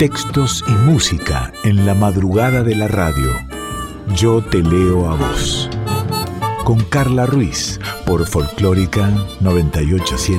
Textos y música en la madrugada de la radio. Yo te leo a vos. Con Carla Ruiz, por Folclórica 987.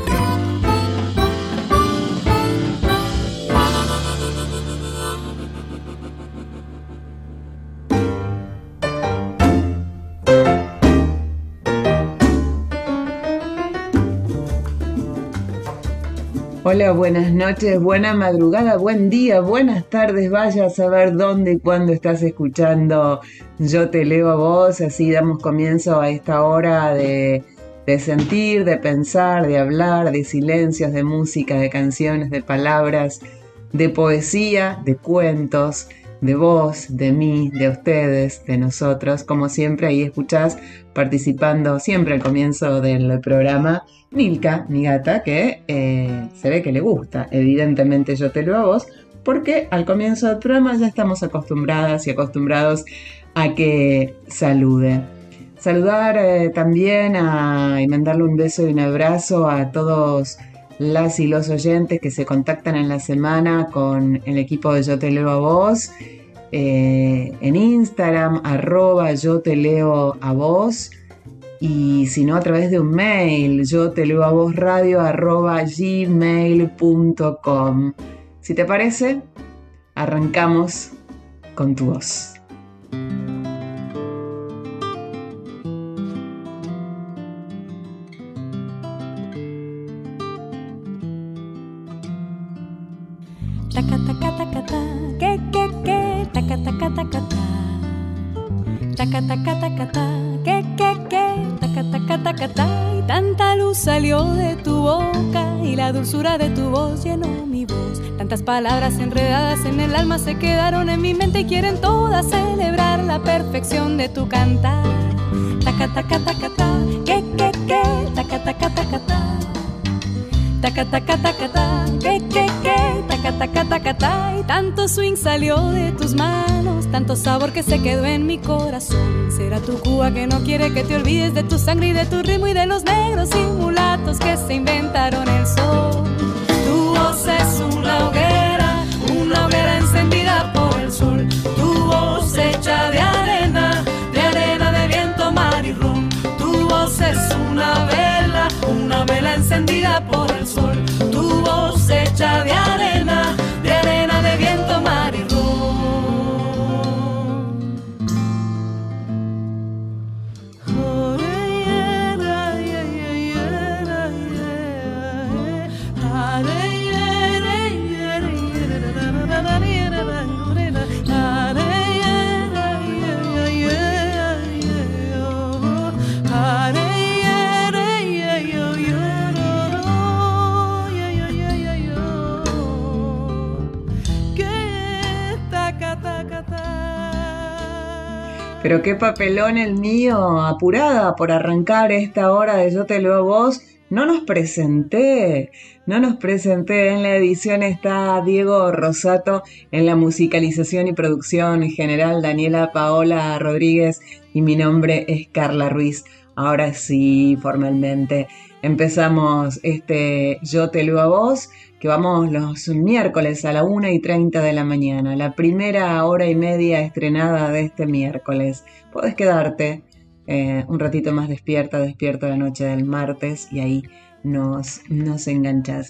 Hola, buenas noches, buena madrugada, buen día, buenas tardes. Vaya a saber dónde y cuándo estás escuchando Yo te leo a vos. Así damos comienzo a esta hora de sentir, de pensar, de hablar, de silencios, de música, de canciones, de palabras, de poesía, de cuentos, de vos, de mí, de ustedes, de nosotros. Como siempre, ahí escuchás participando siempre al comienzo del programa Nilka, mi gata, que se ve que le gusta, evidentemente Yo te leo a vos, porque al comienzo del programa ya estamos acostumbradas y acostumbrados a que salude. Saludar también y mandarle un beso y un abrazo a todos las y los oyentes que se contactan en la semana con el equipo de Yo te leo a vos, en Instagram, @yo te leo a vos, y si no a través de un mail, yo te leo a vos radio @gmail.com. Si te parece, arrancamos con tu voz. Taca taca taca ta, que taca taca taca ta. Taca taca taca ta, que taca taca taca ta. Y tanta luz salió de tu boca y la dulzura de tu voz llenó mi voz. Tantas palabras enredadas en el alma se quedaron en mi mente y quieren todas celebrar la perfección de tu cantar. Taca taca taca ta, que taca taca taca ta. Taca taca taca ta, que taca taca taca ta. Y tanto swing salió de tus manos, tanto sabor que se quedó en mi corazón. Será tu Cuba que no quiere que te olvides de tu sangre y de tu ritmo y de los negros y mulatos que se inventaron el sol. Tu voz es una hoguera encendida por el sol. Tu voz hecha de arena, de viento, mar y ron. Tu voz es una vela encendida por el sol. Tu voz hecha de arena, de viento, mar y ron. Pero qué papelón el mío, apurada por arrancar esta hora de Yo te leo a vos. No nos presenté. En la edición está Diego Rosato, en la musicalización y producción general Daniela Paola Rodríguez, y mi nombre es Carla Ruiz. Ahora sí, formalmente empezamos Yo te leo a vos, que vamos los miércoles a la 1:30 de la mañana, la primera hora y media estrenada de este miércoles. Podés quedarte un ratito más despierto la noche del martes y ahí nos enganchás.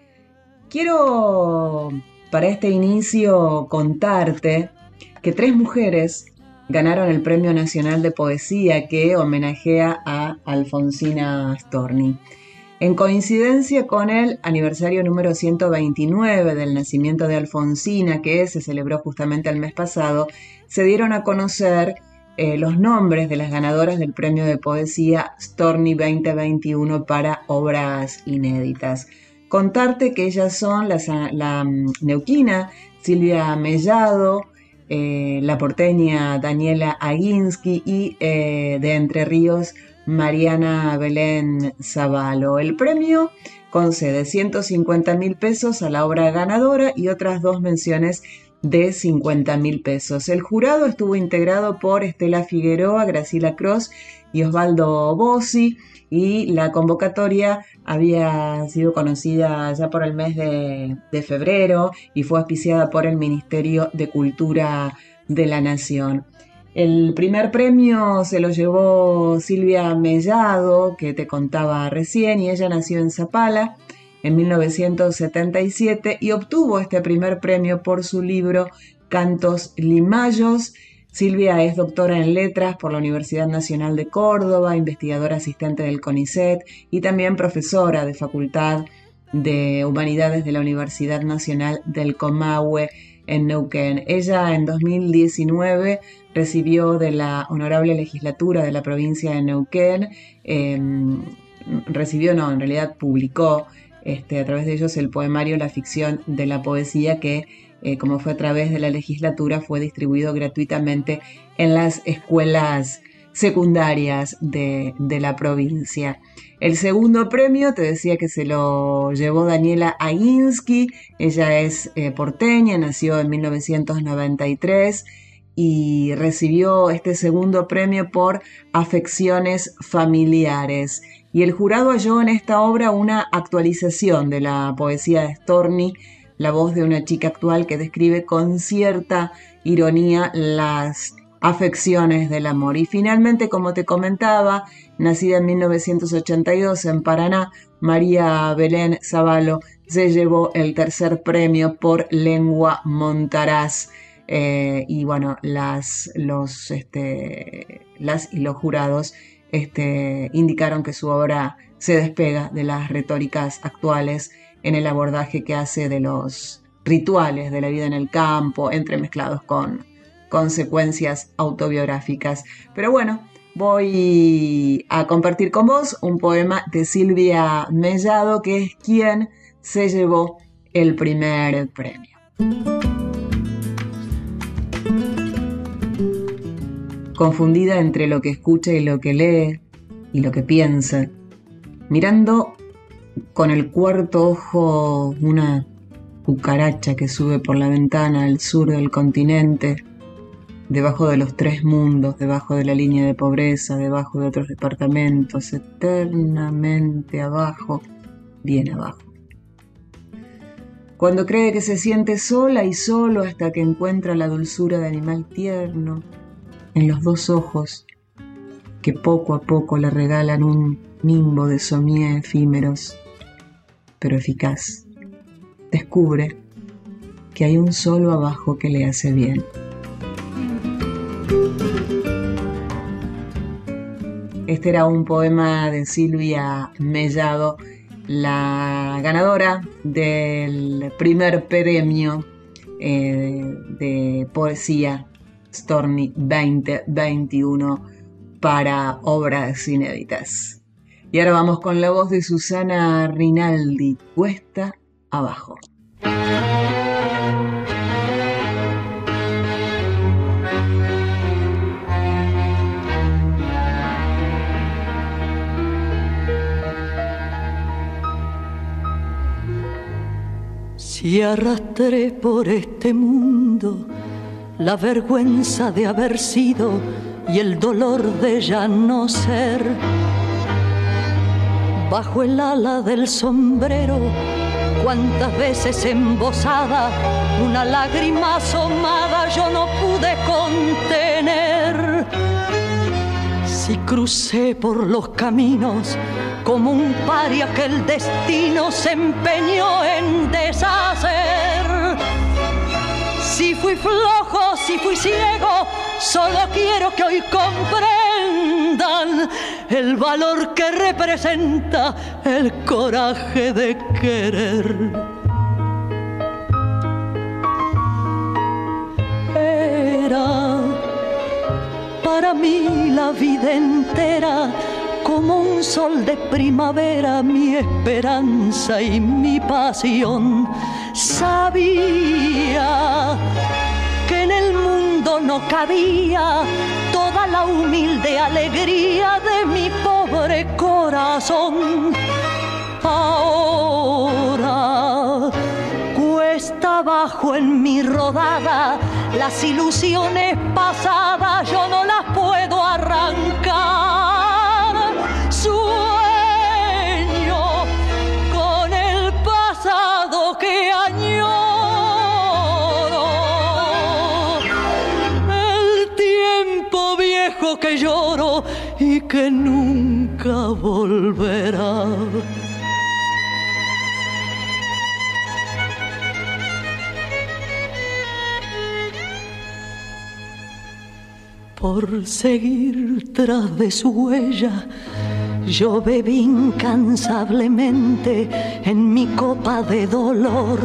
Quiero para este inicio contarte que 3 mujeres ganaron el Premio Nacional de Poesía que homenajea a Alfonsina Storni. En coincidencia con el aniversario número 129 del nacimiento de Alfonsina, que se celebró justamente el mes pasado, se dieron a conocer los nombres de las ganadoras del Premio de Poesía Storni 2021 para obras inéditas. Contarte que ellas son la neuquina Silvia Mellado, la porteña Daniela Aguinsky y de Entre Ríos Mariana Belén Zavalo. El premio concede 150.000 pesos a la obra ganadora y otras 2 menciones de 50.000 pesos. El jurado estuvo integrado por Estela Figueroa, Graciela Cross y Osvaldo Bossi, y la convocatoria había sido conocida ya por el mes de febrero y fue auspiciada por el Ministerio de Cultura de la Nación. El primer premio se lo llevó Silvia Mellado, que te contaba recién, y ella nació en Zapala en 1977 y obtuvo este primer premio por su libro Cantos Limayos. Silvia es doctora en letras por la Universidad Nacional de Córdoba, investigadora asistente del CONICET y también profesora de Facultad de Humanidades de la Universidad Nacional del Comahue en Neuquén. Ella en 2019 recibió de la Honorable Legislatura de la provincia de Neuquén, publicó a través de ellos el poemario La ficción de la poesía que, como fue a través de la legislatura, fue distribuido gratuitamente en las escuelas secundarias de la provincia. El segundo premio, te decía que se lo llevó Daniela Aguinsky. Ella es porteña, nació en 1993 y recibió este segundo premio por Afecciones Familiares. Y el jurado halló en esta obra una actualización de la poesía de Storni, la voz de una chica actual que describe con cierta ironía las afecciones del amor. Y finalmente, como te comentaba, nacida en 1982 en Paraná, María Belén Zavalo se llevó el tercer premio por Lengua Montaraz. Y bueno, las y los jurados indicaron que su obra se despega de las retóricas actuales en el abordaje que hace de los rituales de la vida en el campo, entremezclados con consecuencias autobiográficas. Pero bueno, voy a compartir con vos un poema de Silvia Mellado, que es quien se llevó el primer premio. Confundida entre lo que escucha y lo que lee y lo que piensa, mirando con el cuarto ojo una cucaracha que sube por la ventana al sur del continente, debajo de los tres mundos, debajo de la línea de pobreza, debajo de otros departamentos, eternamente abajo, bien abajo. Cuando cree que se siente sola y solo hasta que encuentra la dulzura de animal tierno en los dos ojos que poco a poco le regalan un nimbo de somier efímeros, pero eficaz, descubre que hay un solo abajo que le hace bien. Este era un poema de Silvia Mellado, la ganadora del primer premio de poesía Storni 2021 para obras inéditas. Y ahora vamos con la voz de Susana Rinaldi, Cuesta Abajo. Si arrastré por este mundo la vergüenza de haber sido y el dolor de ya no ser, bajo el ala del sombrero, cuántas veces embosada una lágrima asomada yo no pude contener. Si crucé por los caminos como un paria que el destino se empeñó en deshacer, si fui flojo, si fui ciego, solo quiero que hoy comprendan el valor que representa el coraje de querer. Era para mí la vida entera como un sol de primavera, mi esperanza y mi pasión. Sabía que en el mundo no cabía toda la humilde alegría de mi pobre corazón. Ahora cuesta abajo en mi rodada, las ilusiones pasadas yo no las puedo arrancar. Sueño que nunca volverá. Por seguir tras de su huella, yo bebí incansablemente en mi copa de dolor.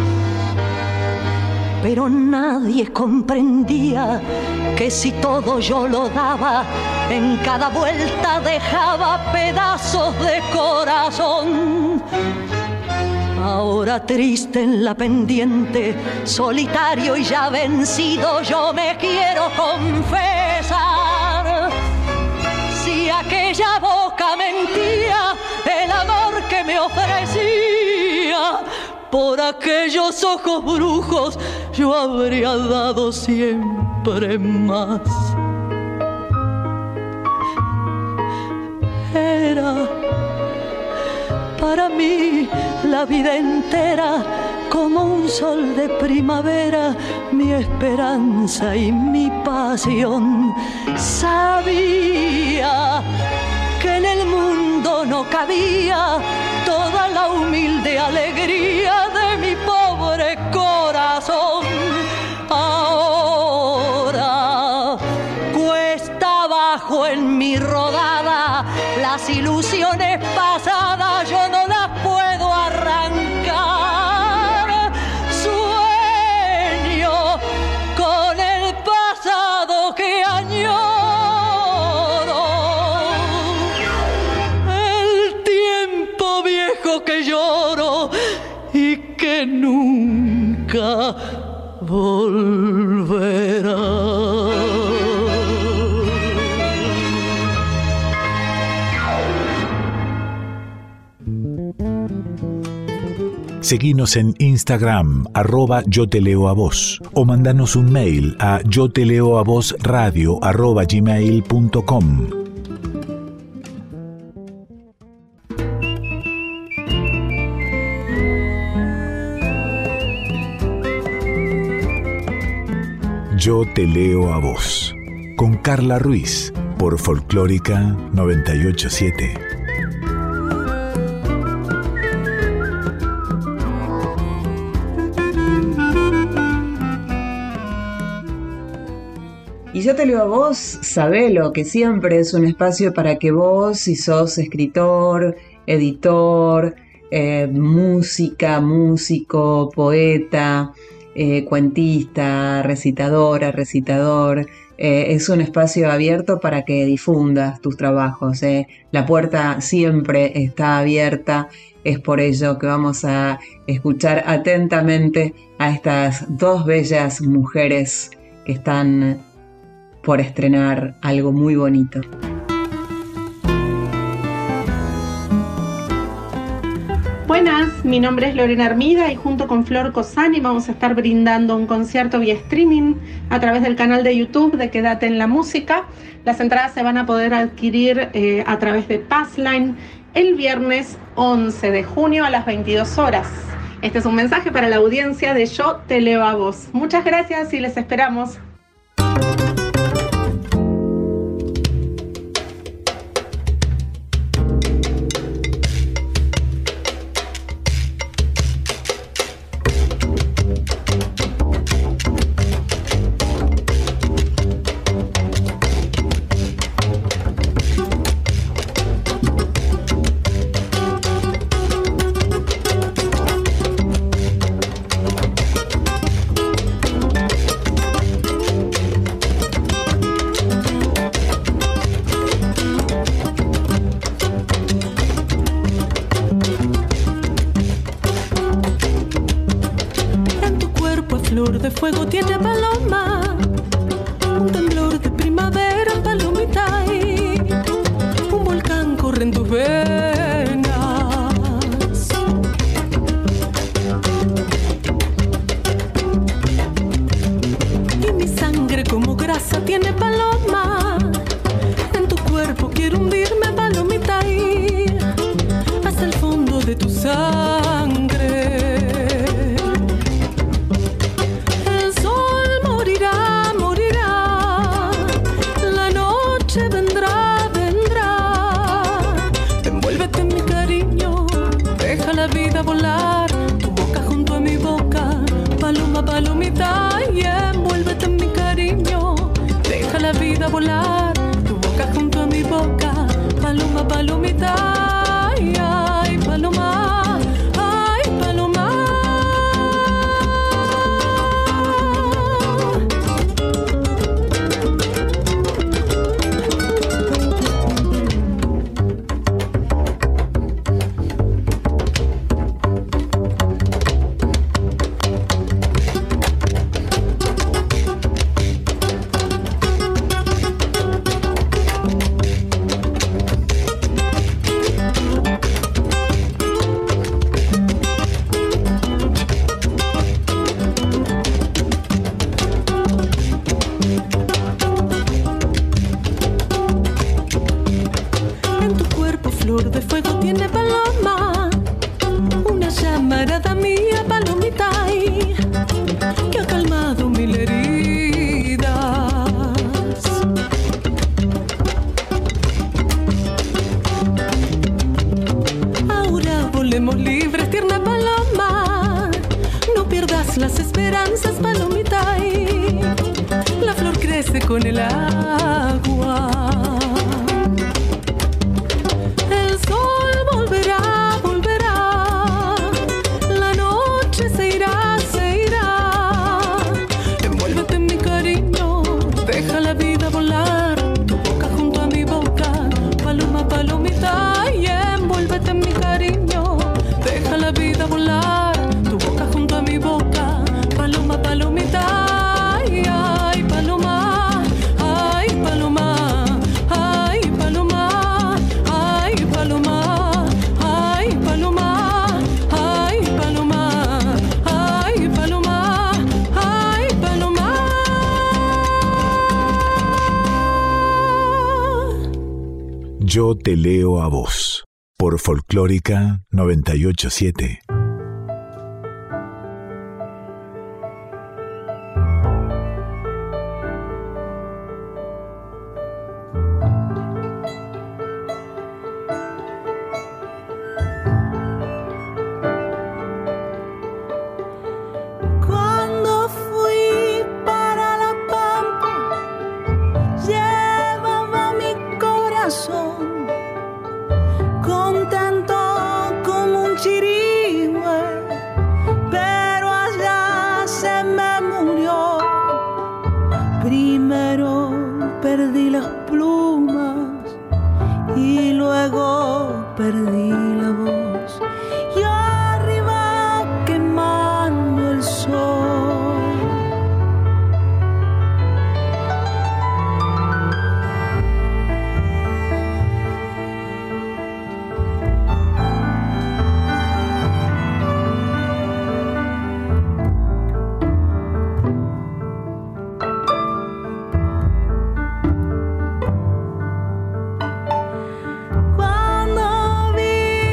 Pero nadie comprendía que si todo yo lo daba, en cada vuelta dejaba pedazos de corazón. Ahora triste en la pendiente, solitario y ya vencido, yo me quiero confesar. Si aquella boca mentía el amor que me ofrecía, por aquellos ojos brujos yo habría dado siempre más. Era para mí la vida entera como un sol de primavera, mi esperanza y mi pasión. Sabía que en el mundo no cabía toda la humilde alegría de mi pobre corazón. Ahora cuesta abajo en mi rodada, las ilusiones pasadas yo no las puedo arrancar. Sueño con el pasado que añoro, el tiempo viejo que lloro y que nunca volverá. Seguinos en Instagram, @YoTeLeoAVos, o mandanos un mail a yoteleoavosradio@gmail.com. Yo te leo a vos, con Carla Ruiz, por Folclórica 987. Y yo te leo a vos, sabelo, que siempre es un espacio para que vos, si sos escritor, editor, músico, poeta, cuentista, recitadora, recitador, es un espacio abierto para que difundas tus trabajos. La puerta siempre está abierta. Es por ello que vamos a escuchar atentamente a estas dos bellas mujeres que están por estrenar algo muy bonito. Buenas, mi nombre es Lorena Armida y junto con Flor Cosani vamos a estar brindando un concierto vía streaming a través del canal de YouTube de Quédate en la Música. Las entradas se van a poder adquirir a través de Passline el viernes 11 de junio a las 22 horas. Este es un mensaje para la audiencia de Yo te leo a vos. Muchas gracias y les esperamos. De fuego tiene paloma, un temblor de primavera, palomita, y un volcán corre en tus venas. Y mi sangre como grasa tiene paloma, en tu cuerpo quiero hundirme, palomita, y hasta el fondo de tu sangre. Vendrá, vida volar, tu boca junto a mi boca, paloma, palomita, y envuélvete en mi cariño. Deja la vida volar, tu boca junto a mi boca, paloma, palomita, ay, ay, paloma, ay, paloma. Flor de fuego tiene paloma, una llamarada mía, palomita, que ha calmado mil heridas. Ahora volemos libres, tierna paloma, no pierdas las esperanzas, palomita, la flor crece con el agua. Palomita, y envuélvete en mi cariño. Deja la vida volar, tu boca junto a mi boca. Paloma, palomita, ay, ay, paloma, ay, paloma, ay, paloma, ay, paloma, ay, paloma, ay, paloma, ay, paloma, ay, paloma. Yo te leo a vos, por Folclórica 987. Cuando fui para la Pampa, llevaba mi corazón contento como un chirigüe, pero allá se me murió. Primero perdí las plumas y luego perdí la voz, y arriba quemando el sol. Cuando vi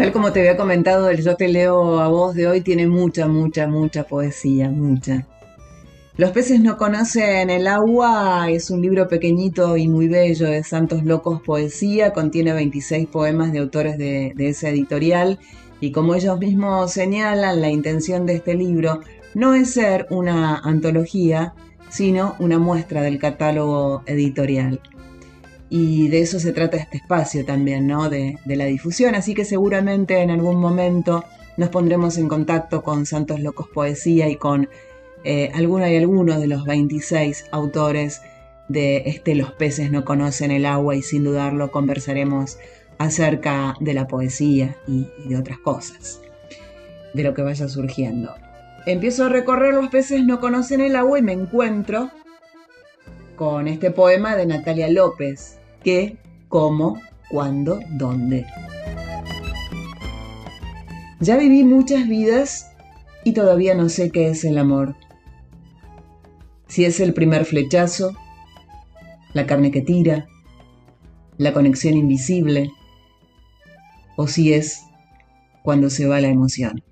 Tal como te había comentado, el Yo te leo a vos de hoy tiene mucha poesía, mucha. Los peces no conocen el agua es un libro pequeñito y muy bello de Santos Locos Poesía, contiene 26 poemas de autores de esa editorial y como ellos mismos señalan, la intención de este libro no es ser una antología, sino una muestra del catálogo editorial. Y de eso se trata este espacio también, ¿no? De la difusión, así que seguramente en algún momento nos pondremos en contacto con Santos Locos Poesía y con algunos de los 26 autores de Los peces no conocen el agua, y sin dudarlo conversaremos acerca de la poesía y de otras cosas, de lo que vaya surgiendo. Empiezo a recorrer Los peces no conocen el agua y me encuentro con este poema de Natalia López, ¿qué, cómo, cuándo, dónde? Ya viví muchas vidas y todavía no sé qué es el amor. Si es el primer flechazo, la carne que tira, la conexión invisible, o si es cuando se va la emoción.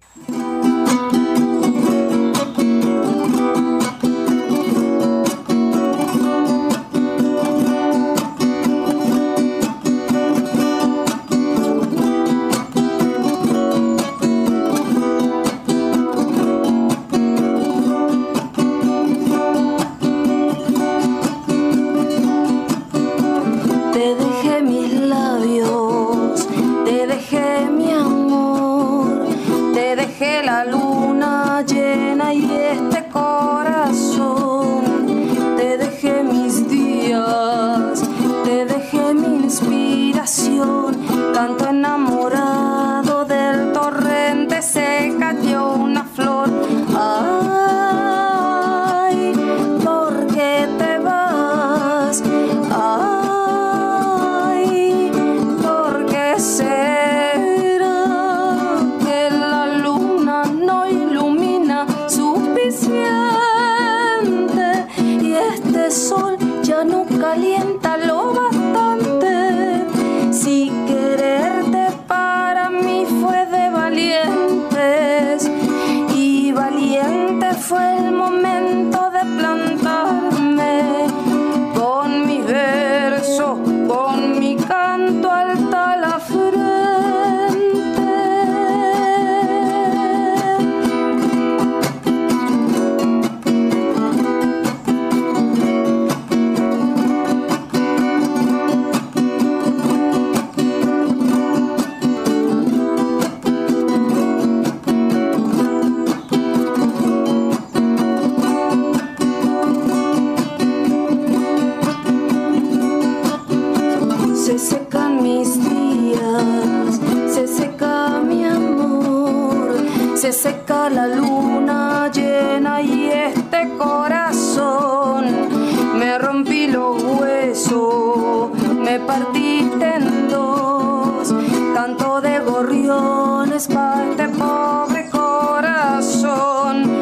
Canto enamorado del torrente, se cayó una flor. Ay, ¿por qué te vas? Ay, ¿por qué será que la luna no ilumina suficiente y este sol ya no calienta lo bastante? Si quererte para mí fue de valientes y valiente fue el momento de plantarme con mi verso, con mi canto alta la frente. Se secan mis días, se seca mi amor, se seca la luna llena y este corazón. Me rompí los huesos, me partiste en dos, canto de gorriones para este pobre corazón.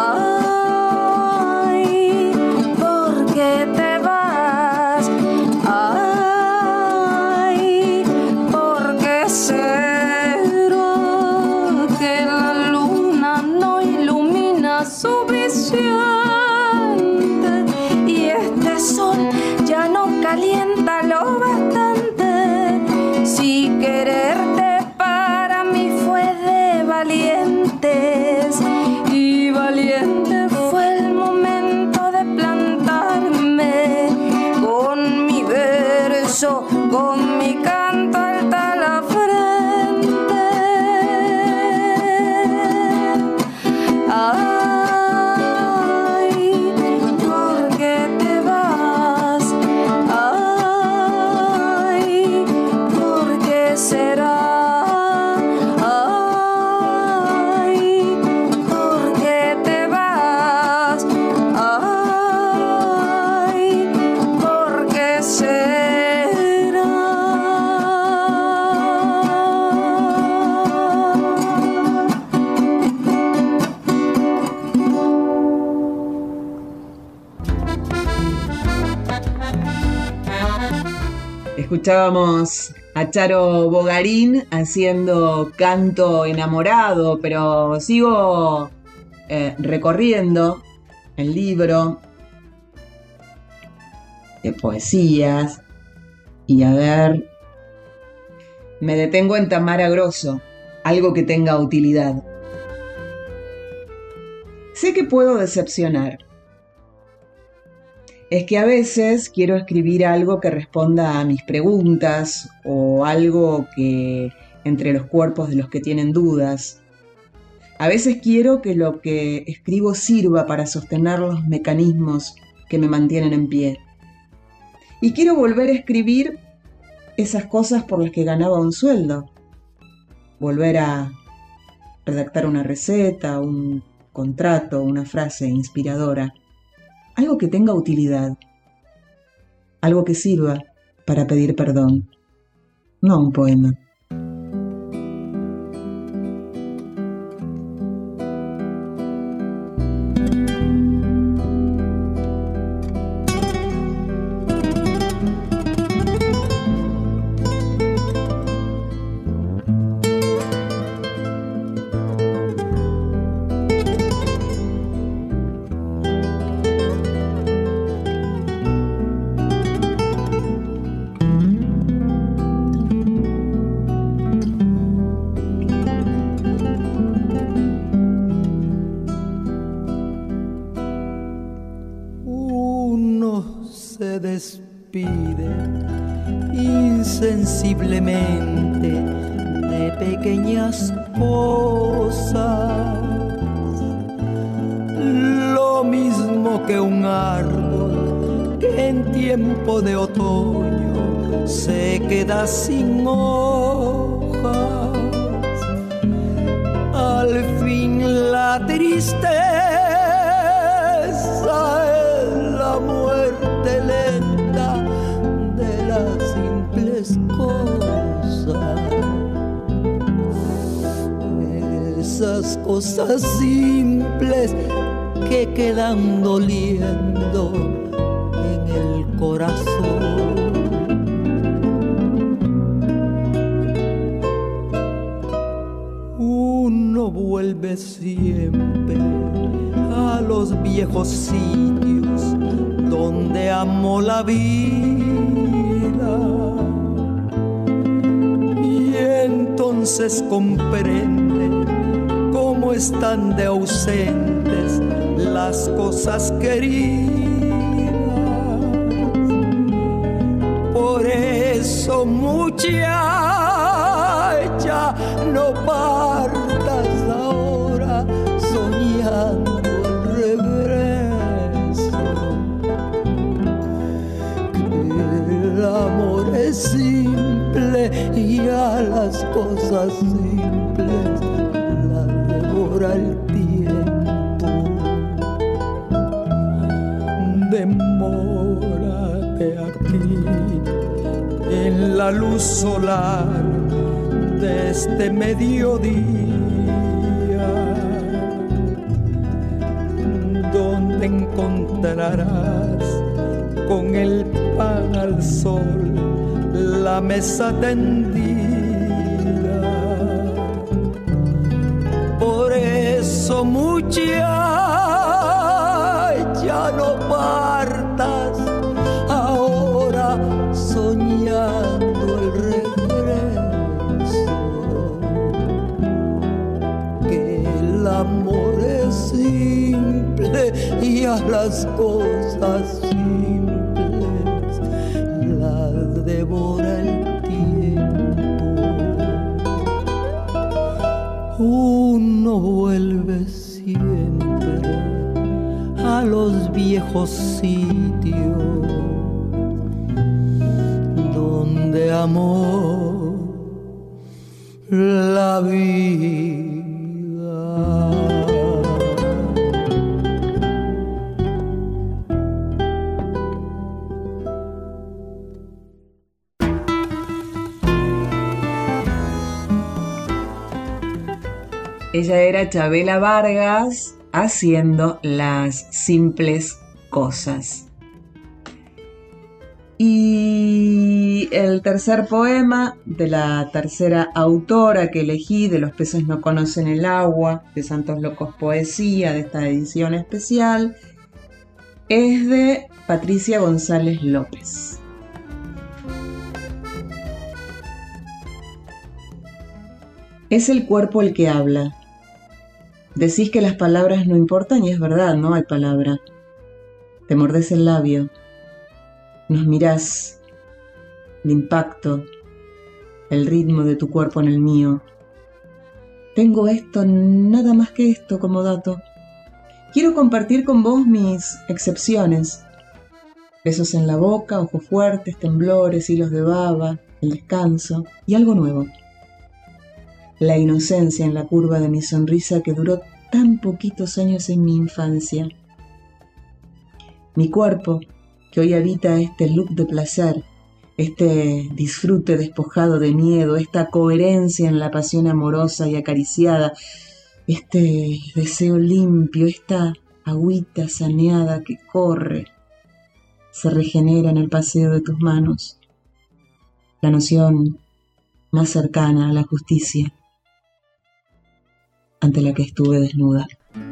Ay, ¿por qué te vas? Ay, ¿por qué será que la luna no ilumina suficiente y este sol ya no calienta lo bastante? Si quererte para mí fue de valientes y valiente fue el momento de plantarme con mi verso, con mi canto alta la frente. Ay, ¿por qué te vas? Ay, ¿por qué será? Ay, ¿por qué te vas? Ay, ¿por qué será? Escuchábamos a Charo Bogarín haciendo Canto Enamorado, pero sigo recorriendo el libro de poesías y a ver, me detengo en Tamara Grosso, algo que tenga utilidad. Sé que puedo decepcionar. Es que a veces quiero escribir algo que responda a mis preguntas o algo que entre los cuerpos de los que tienen dudas. A veces quiero que lo que escribo sirva para sostener los mecanismos que me mantienen en pie. Y quiero volver a escribir esas cosas por las que ganaba un sueldo. Volver a redactar una receta, un contrato, una frase inspiradora. Algo que tenga utilidad. Algo que sirva para pedir perdón. No un poema. despide insensiblemente de pequeñas cosas, lo mismo que un árbol que en tiempo de otoño se queda sin hojas. Al fin la tristeza es la muerte lenta de las simples cosas. Esas cosas simples que quedan doliendo en el corazón. Uno vuelve siempre a los viejos sitios donde amó la vida, y entonces comprende cómo están de ausentes las cosas queridas. Por eso, muchacha, no partas ahora soñando el regreso, que el amor es simple y a las cosas simples las devora el tiempo. Demórate aquí en la luz solar de este mediodía, donde encontrarás con el pan al sol la mesa tendida. Por eso, muchacha, no partas ahora soñando el regreso, que el amor es simple y a las cosas simples las devora el tiempo. Uno vuelve siempre a los viejos sitios donde amó la vida. Ella era Chabela Vargas haciendo Las Simples Cosas. Y Y el tercer poema de la tercera autora que elegí, de Los peces no conocen el agua, de Santos Locos Poesía, de esta edición especial, es de Patricia González López. Es el cuerpo el que habla. Decís que las palabras no importan y es verdad, no hay palabra. Te mordés el labio. Nos mirás. El impacto, el ritmo de tu cuerpo en el mío. Tengo esto, nada más que esto como dato. Quiero compartir con vos mis excepciones. Besos en la boca, ojos fuertes, temblores, hilos de baba, el descanso y algo nuevo. La inocencia en la curva de mi sonrisa que duró tan poquitos años en mi infancia. Mi cuerpo, que hoy habita este look de placer, este disfrute despojado de miedo, esta coherencia en la pasión amorosa y acariciada, este deseo limpio, esta agüita saneada que corre, se regenera en el paseo de tus manos. La noción más cercana a la justicia, ante la que estuve desnuda.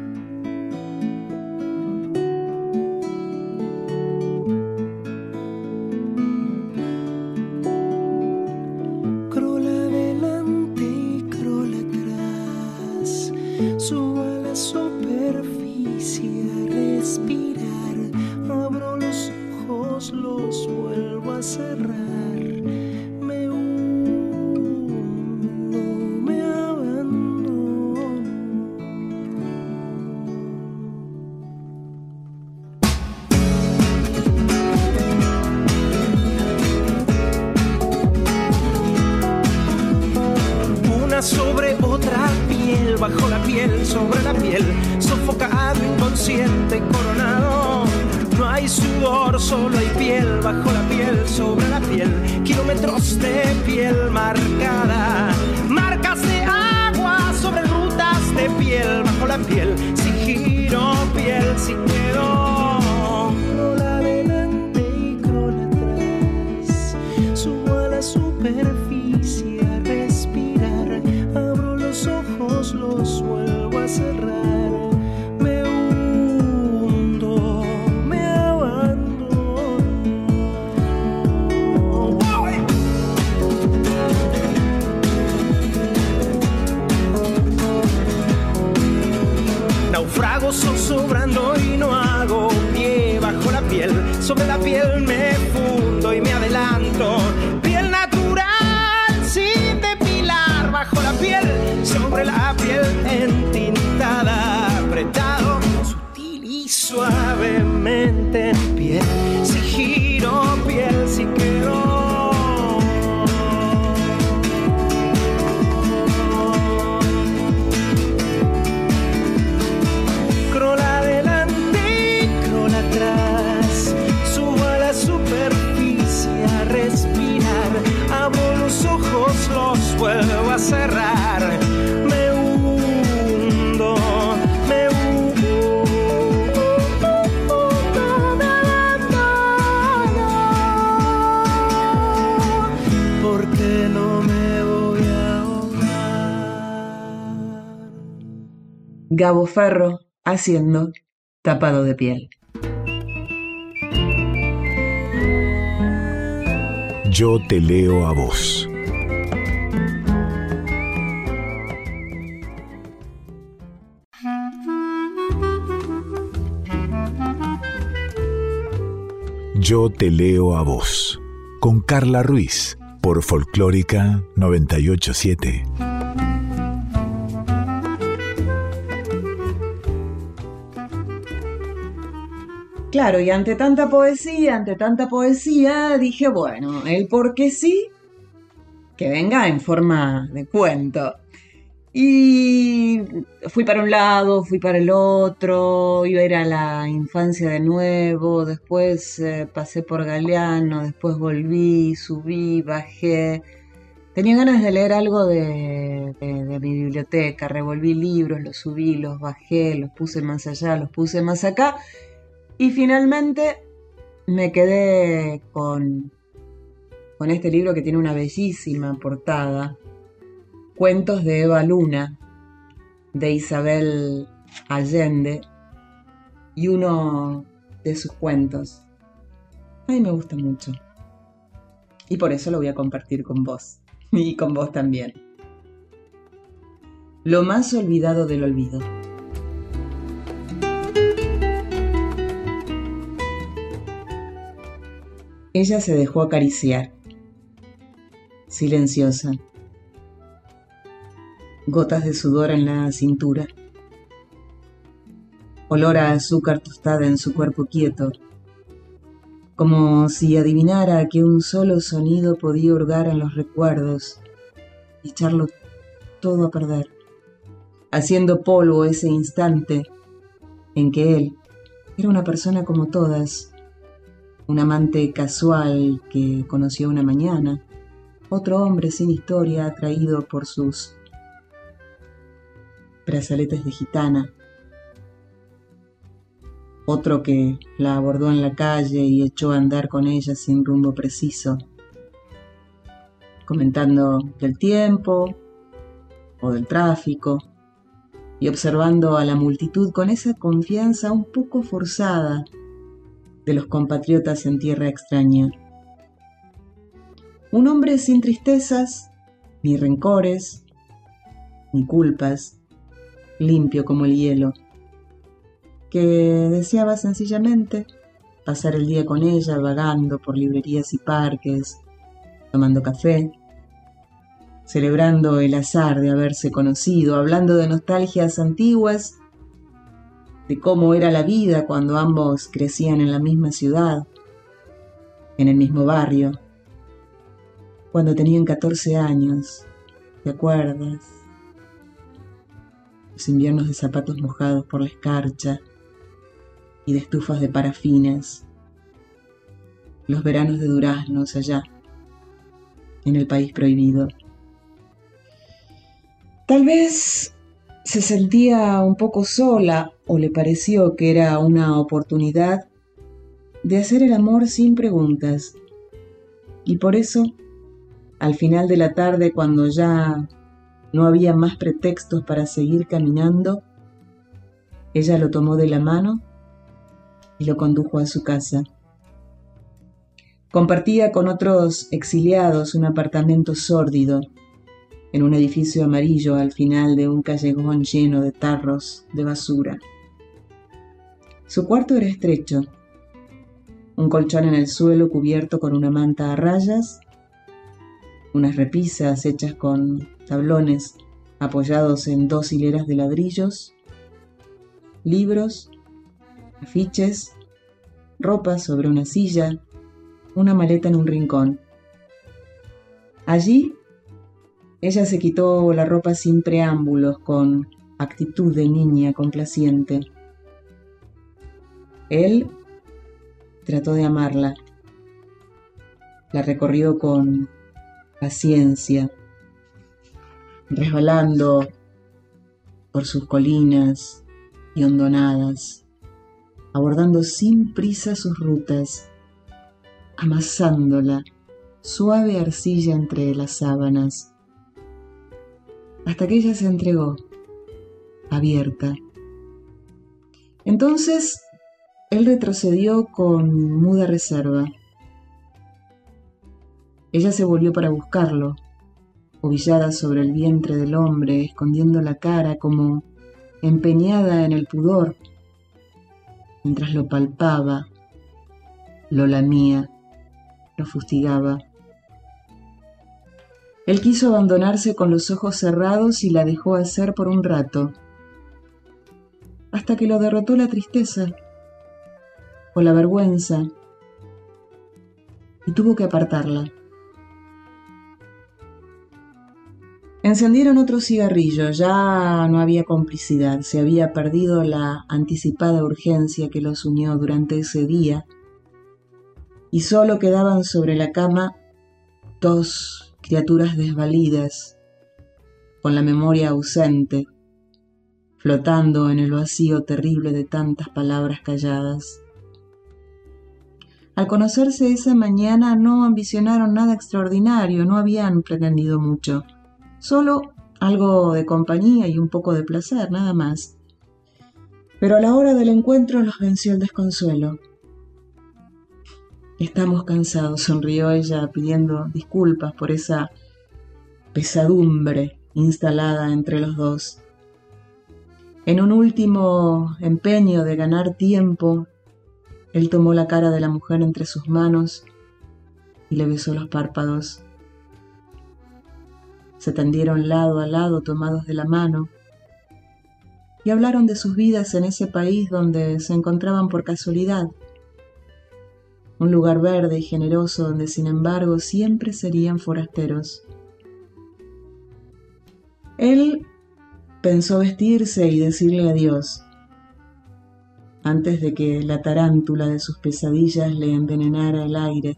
Crola adelante y crola atrás, subo a la superficie a respirar, abro los ojos, los vuelvo a cerrar. Sobre otra piel, bajo la piel, sobre la piel, sofocado, inconsciente, coronado. No hay sudor, solo hay piel, bajo la piel, sobre la piel, kilómetros de piel marcada, marcas de agua sobre rutas de piel, bajo la piel, si giro piel, si quedo. Crola adelante y crola atrás, subo a la superficie a respirar, abro los ojos, los vuelvo a cerrar, me hundo, me abandono. Naufrago sobrando y no hago pie, bajo la piel, sobre la piel me fundo y me adelanto, piel natural sin depilar, bajo la piel, sobre la piel entintada, apretado, sutil y suavemente en piel, si giro piel, si quedo. Crola adelante y crola atrás, subo a la superficie a respirar, abro los ojos, los vuelvo a cerrar, me hundo, me hundo, me abandono, porque no me voy a ahogar. Gabo Ferro haciendo Tapado de piel. Yo te leo a vos. Yo te leo a vos, con Carla Ruiz, por Folclórica 987. Claro, y ante tanta poesía, dije, bueno, el por qué sí, que venga en forma de cuento. Y fui para un lado, fui para el otro, iba a ir a la infancia de nuevo, después pasé por Galeano, después volví, subí, bajé. Tenía ganas de leer algo de mi biblioteca, revolví libros, los subí, los bajé, los puse más allá, los puse más acá. Y finalmente me quedé con con este libro que tiene una bellísima portada, Cuentos de Eva Luna, de Isabel Allende, y uno de sus cuentos. A mí me gusta mucho. Y por eso lo voy a compartir con vos. Y con vos también. Lo más olvidado del olvido. Ella se dejó acariciar, silenciosa. Gotas de sudor en la cintura. Olor a azúcar tostada en su cuerpo quieto, como si adivinara que un solo sonido podía hurgar en los recuerdos y echarlo todo a perder, haciendo polvo ese instante en que él era una persona como todas, un amante casual que conoció una mañana, otro hombre sin historia atraído por sus brazaletes de gitana, otro que la abordó en la calle y echó a andar con ella sin rumbo preciso, comentando del tiempo o del tráfico y observando a la multitud con esa confianza un poco forzada de los compatriotas en tierra extraña. Un hombre sin tristezas, ni rencores, ni culpas, limpio como el hielo, que deseaba sencillamente pasar el día con ella vagando por librerías y parques, tomando café, celebrando el azar de haberse conocido, hablando de nostalgias antiguas, de cómo era la vida cuando ambos crecían en la misma ciudad, en el mismo barrio, cuando tenían 14 años, ¿te acuerdas? Los inviernos de zapatos mojados por la escarcha y de estufas de parafinas, los veranos de duraznos allá, en el país prohibido. Tal vez se sentía un poco sola o le pareció que era una oportunidad de hacer el amor sin preguntas. Y por eso, al final de la tarde, cuando ya no había más pretextos para seguir caminando, ella lo tomó de la mano y lo condujo a su casa. Compartía con otros exiliados un apartamento sórdido en un edificio amarillo al final de un callejón lleno de tarros de basura. Su cuarto era estrecho, un colchón en el suelo cubierto con una manta a rayas, unas repisas hechas con tablones apoyados en 2 hileras de ladrillos, libros, afiches, ropa sobre una silla, una maleta en un rincón. Allí, ella se quitó la ropa sin preámbulos, con actitud de niña complaciente. Él trató de amarla. La recorrió con paciencia, resbalando por sus colinas y hondonadas, abordando sin prisa sus rutas, amasándola suave arcilla entre las sábanas, hasta que ella se entregó, abierta. Entonces, él retrocedió con muda reserva. Ella se volvió para buscarlo, ovillada sobre el vientre del hombre, escondiendo la cara como empeñada en el pudor, mientras lo palpaba, lo lamía, lo fustigaba. Él quiso abandonarse con los ojos cerrados y la dejó hacer por un rato, hasta que lo derrotó la tristeza o la vergüenza y tuvo que apartarla. Encendieron otro cigarrillo, ya no había complicidad, se había perdido la anticipada urgencia que los unió durante ese día y solo quedaban sobre la cama 2 criaturas desvalidas, con la memoria ausente, flotando en el vacío terrible de tantas palabras calladas. Al conocerse esa mañana no ambicionaron nada extraordinario, no habían pretendido mucho, solo algo de compañía y un poco de placer, nada más. Pero a la hora del encuentro los venció el desconsuelo. Estamos cansados, sonrió ella pidiendo disculpas por esa pesadumbre instalada entre los dos. En un último empeño de ganar tiempo, él tomó la cara de la mujer entre sus manos y le besó los párpados. Se tendieron lado a lado tomados de la mano y hablaron de sus vidas en ese país donde se encontraban por casualidad. Un lugar verde y generoso donde, sin embargo, siempre serían forasteros. Él pensó vestirse y decirle adiós, antes de que la tarántula de sus pesadillas le envenenara el aire.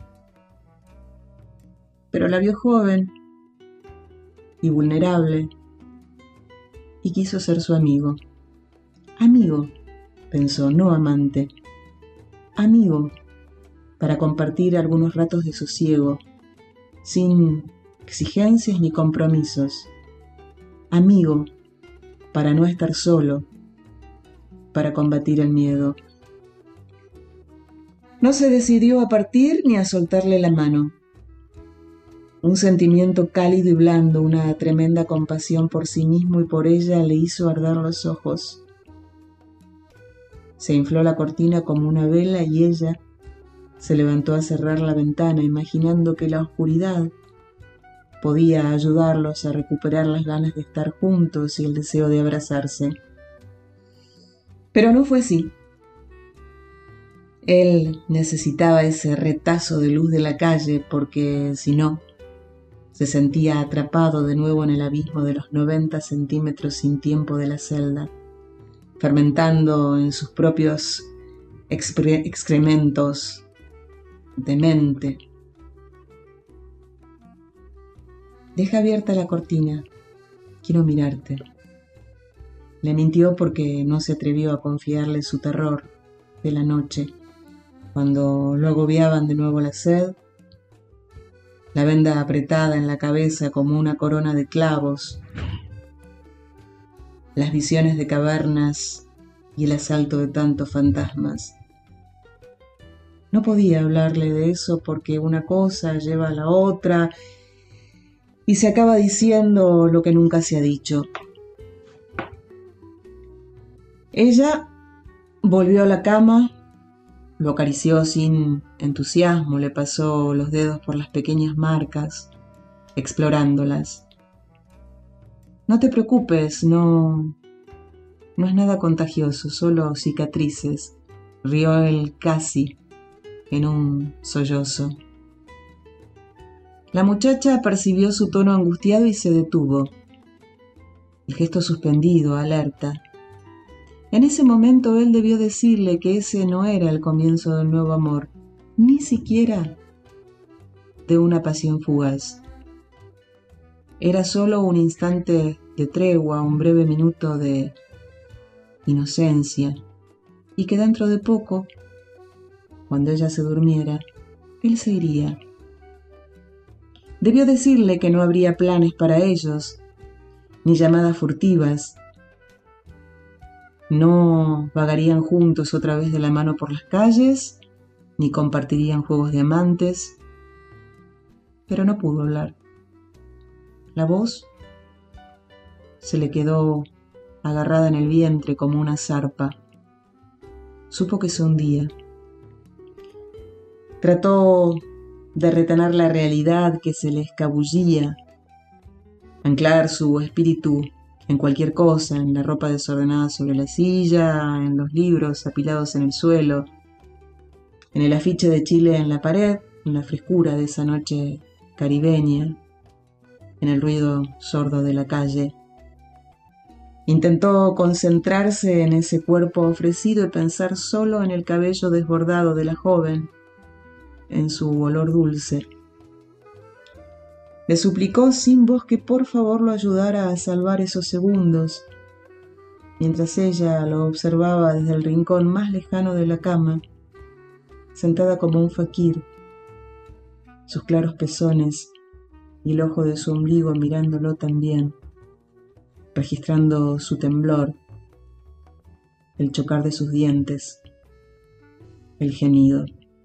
Pero la vio joven y vulnerable y quiso ser su amigo. Amigo, pensó, no amante. Amigo, para compartir algunos ratos de sosiego, sin exigencias ni compromisos. Amigo, para no estar solo, para combatir el miedo. No se decidió a partir ni a soltarle la mano. Un sentimiento cálido y blando, una tremenda compasión por sí mismo y por ella le hizo arder los ojos. Se infló la cortina como una vela y ella se levantó a cerrar la ventana, imaginando que la oscuridad podía ayudarlos a recuperar las ganas de estar juntos y el deseo de abrazarse. Pero no fue así. Él necesitaba ese retazo de luz de la calle porque, si no, se sentía atrapado de nuevo en el abismo de los 90 centímetros sin tiempo de la celda, fermentando en sus propios excrementos de mente. Deja abierta la cortina, quiero mirarte. Le mintió porque no se atrevió a confiarle su terror de la noche, cuando lo agobiaban de nuevo la sed, la venda apretada en la cabeza como una corona de clavos, las visiones de cavernas y el asalto de tantos fantasmas. No podía hablarle de eso porque una cosa lleva a la otra y se acaba diciendo lo que nunca se ha dicho. Ella volvió a la cama, lo acarició sin entusiasmo, le pasó los dedos por las pequeñas marcas, explorándolas. No te preocupes, no es nada contagioso, solo cicatrices, rió él casi en un sollozo. La muchacha percibió su tono angustiado y se detuvo, el gesto suspendido, alerta. En ese momento él debió decirle que ese no era el comienzo del nuevo amor, ni siquiera de una pasión fugaz. Era solo un instante de tregua, un breve minuto de inocencia, y que dentro de poco, cuando ella se durmiera, él se iría. Debió decirle que no habría planes para ellos, ni llamadas furtivas. No vagarían juntos otra vez de la mano por las calles, ni compartirían juegos de amantes. Pero no pudo hablar. La voz se le quedó agarrada en el vientre como una zarpa. Supo que se hundía. Trató de retener la realidad que se le escabullía, anclar su espíritu en cualquier cosa, en la ropa desordenada sobre la silla, en los libros apilados en el suelo, en el afiche de Chile en la pared, en la frescura de esa noche caribeña, en el ruido sordo de la calle. Intentó concentrarse en ese cuerpo ofrecido y pensar solo en el cabello desbordado de la joven, en su olor dulce. Le suplicó sin voz que por favor lo ayudara a salvar esos segundos, mientras ella lo observaba desde el rincón más lejano de la cama, sentada como un faquir, sus claros pezones y el ojo de su ombligo mirándolo también, registrando su temblor, el chocar de sus dientes, el gemido.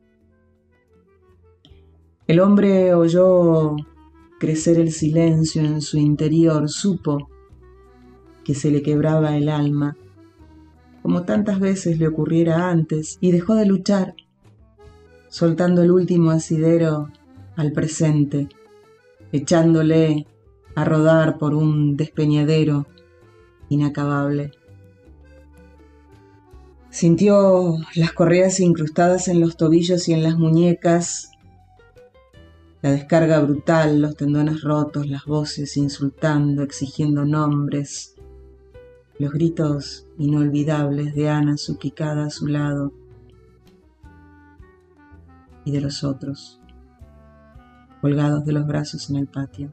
El hombre oyó crecer el silencio en su interior, supo que se le quebraba el alma, como tantas veces le ocurriera antes, y dejó de luchar, soltando el último asidero al presente, echándole a rodar por un despeñadero inacabable. Sintió las correas incrustadas en los tobillos y en las muñecas, la descarga brutal, los tendones rotos, las voces insultando, exigiendo nombres, los gritos inolvidables de Ana suplicada a su lado y de los otros, colgados de los brazos en el patio.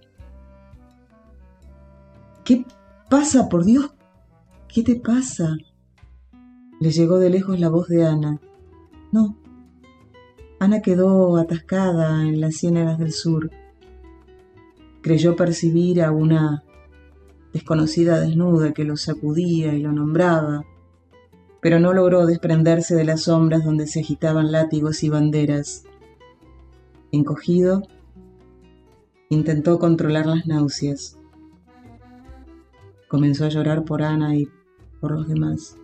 ¿Qué pasa, por Dios? ¿Qué te pasa? Le llegó de lejos la voz de Ana. No. Ana quedó atascada en las ciénagas del sur. Creyó percibir a una desconocida desnuda que lo sacudía y lo nombraba, pero no logró desprenderse de las sombras donde se agitaban látigos y banderas. Encogido, intentó controlar las náuseas. Comenzó a llorar por Ana y por los demás.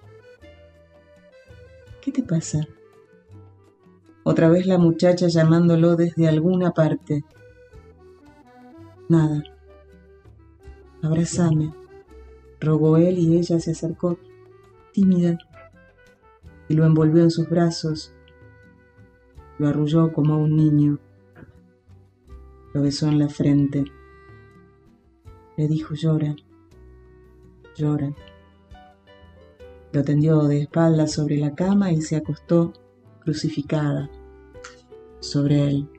¿Qué te pasa? Otra vez la muchacha llamándolo desde alguna parte. Nada. Abrázame, rogó él, y ella se acercó, tímida, y lo envolvió en sus brazos, lo arrulló como a un niño, lo besó en la frente, le dijo: llora, llora. Lo tendió de espaldas sobre la cama y se acostó crucificada sobre él.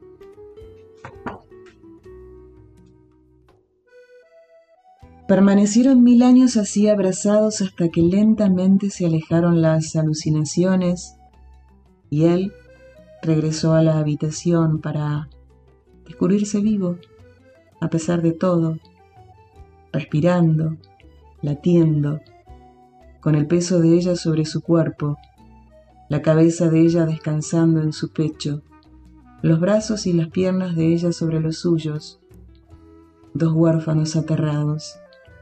Permanecieron 1000 años así abrazados hasta que lentamente se alejaron las alucinaciones y él regresó a la habitación para descubrirse vivo, a pesar de todo, respirando, latiendo, con el peso de ella sobre su cuerpo, la cabeza de ella descansando en su pecho, los brazos y las piernas de ella sobre los suyos, dos huérfanos aterrados.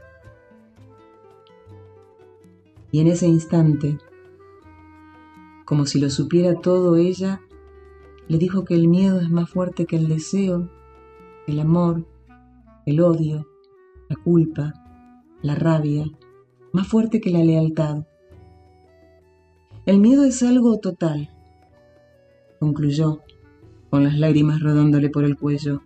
Y en ese instante, como si lo supiera todo ella, le dijo que el miedo es más fuerte que el deseo, el amor, el odio, la culpa, la rabia, más fuerte que la lealtad. El miedo es algo total, concluyó, con las lágrimas rodándole por el cuello.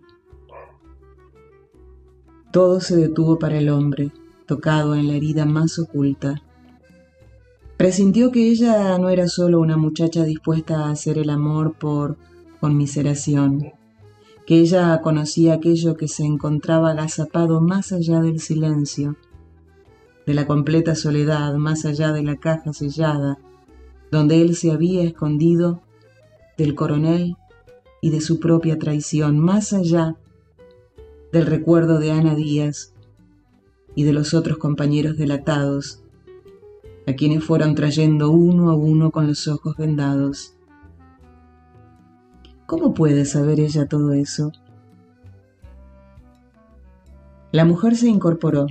Todo se detuvo para el hombre, tocado en la herida más oculta. Presintió que ella no era solo una muchacha dispuesta a hacer el amor por conmiseración, que ella conocía aquello que se encontraba agazapado más allá del silencio, de la completa soledad, más allá de la caja sellada, donde él se había escondido del coronel y de su propia traición, más allá del recuerdo de Ana Díaz y de los otros compañeros delatados, a quienes fueron trayendo uno a uno con los ojos vendados. ¿Cómo puede saber ella todo eso? La mujer se incorporó.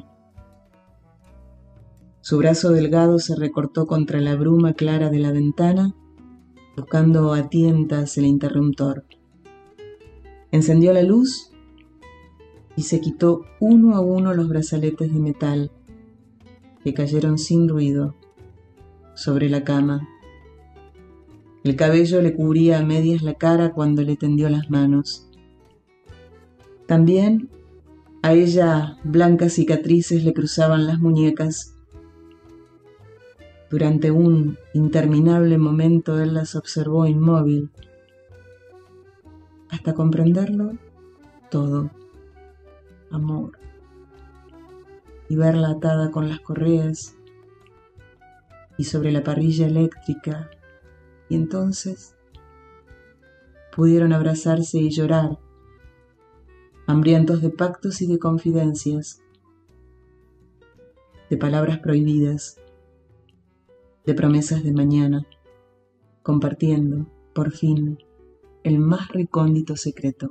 Su brazo delgado se recortó contra la bruma clara de la ventana, buscando a tientas el interruptor. Encendió la luz y se quitó uno a uno los brazaletes de metal, que cayeron sin ruido sobre la cama. El cabello le cubría a medias la cara cuando le tendió las manos. También a ella blancas cicatrices le cruzaban las muñecas. Durante un interminable momento él las observó inmóvil, hasta comprenderlo todo, amor, y verla atada con las correas y sobre la parrilla eléctrica, y entonces pudieron abrazarse y llorar, hambrientos de pactos y de confidencias, de palabras prohibidas, de promesas de mañana, compartiendo, por fin, el más recóndito secreto.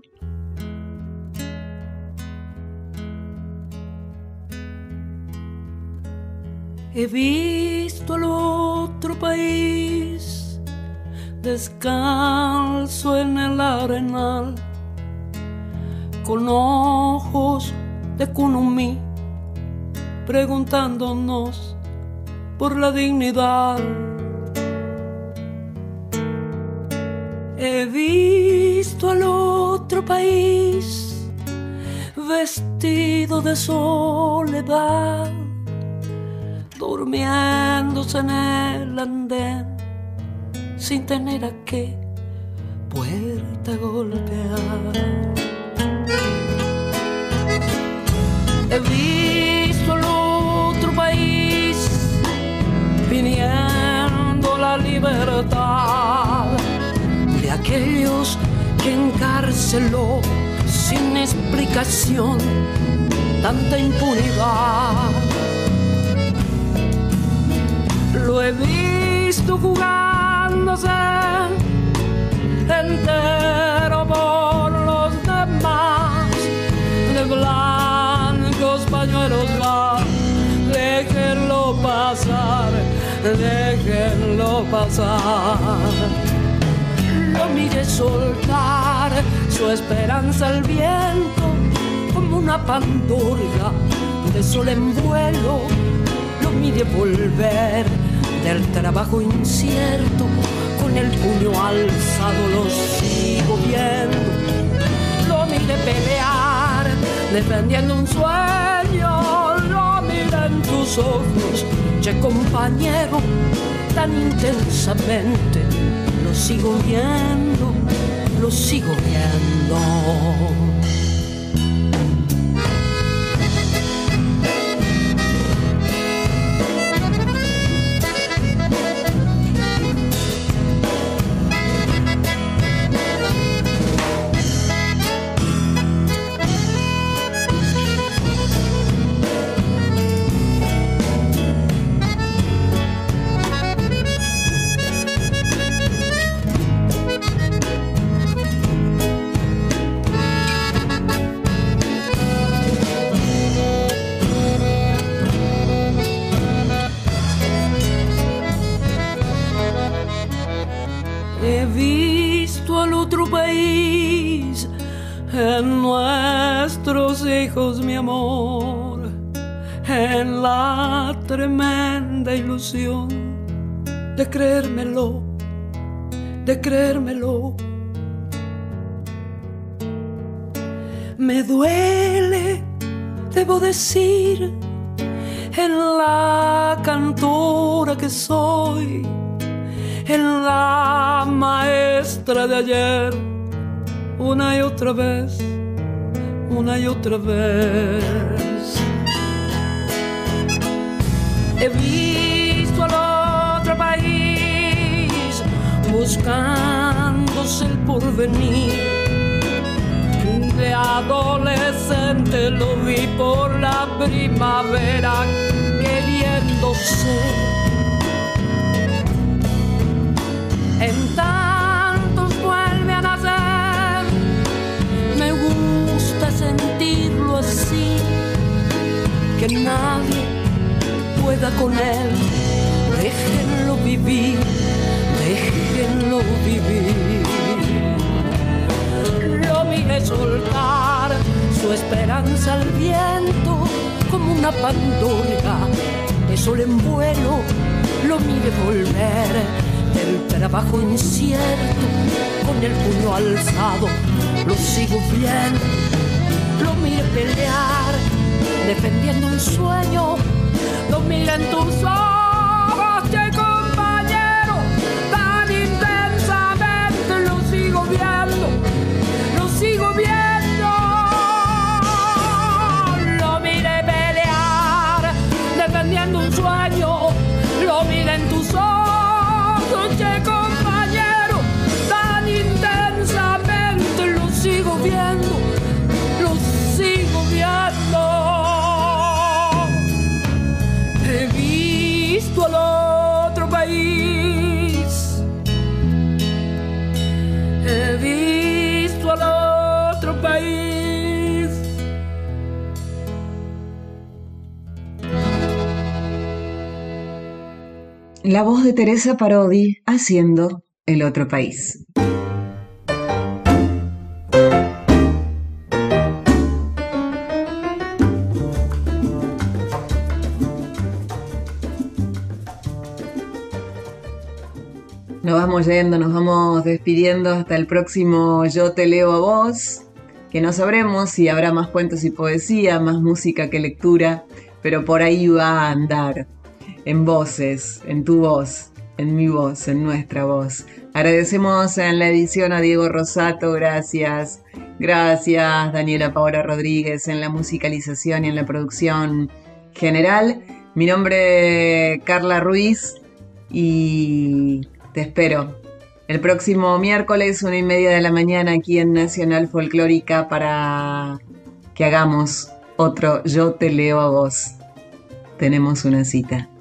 He visto al otro país descalzo en el arenal, con ojos de Kunumi, preguntándonos por la dignidad. He visto al otro país vestido de soledad, durmiéndose en el andén sin tener a qué puerta golpear. He visto al otro país pidiendo la libertad de aquellos que encarceló sin explicación tanta impunidad. Lo he visto jugándose entero por los demás, de blancos pañuelos va, déjenlo pasar, déjenlo pasar. Lo miré soltar su esperanza al viento como una pandorga de sol en vuelo. Lo miré volver del trabajo incierto, con el puño alzado lo sigo viendo. Lo miré pelear, defendiendo un sueño. Lo miré en tus ojos, che compañero, tan intensamente. Lo sigo viendo, lo sigo viendo. He visto al otro país en nuestros hijos, mi amor, en la tremenda ilusión de creérmelo, de creérmelo. Me duele, debo decir, en la cantora que soy, en la maestra de ayer, una y otra vez, una y otra vez. He visto al otro país buscándose el porvenir. De adolescente lo vi por la primavera queriéndose. En tantos vuelve a nacer, me gusta sentirlo así, que nadie pueda con él. Déjenlo vivir, déjenlo vivir. Lo miré soltar su esperanza al viento como una pandorga de sol en vuelo. Lo miré volver del trabajo incierto, con el puño alzado, lo sigo viendo. Lo miré pelear, defendiendo un sueño. Lo miré en tus ojos, che compañero, tan intensamente. Lo sigo viendo, lo sigo viendo. Lo miré pelear, defendiendo un sueño. Lo miré en tus ojos, che compañero, tan intensamente. La voz de Teresa Parodi haciendo El otro país. Nos vamos yendo, nos vamos despidiendo hasta el próximo Yo te leo a vos, que no sabremos si habrá más cuentos y poesía, más música que lectura, pero por ahí va a andar, en voces, en tu voz, en mi voz, en nuestra voz. Agradecemos en la edición a Diego Rosato, gracias. Gracias Daniela Paola Rodríguez en la musicalización y en la producción general. Mi nombre es Carla Ruiz y te espero el próximo miércoles 1:30 de la mañana aquí en Nacional Folclórica para que hagamos otro Yo te leo a vos. Tenemos una cita.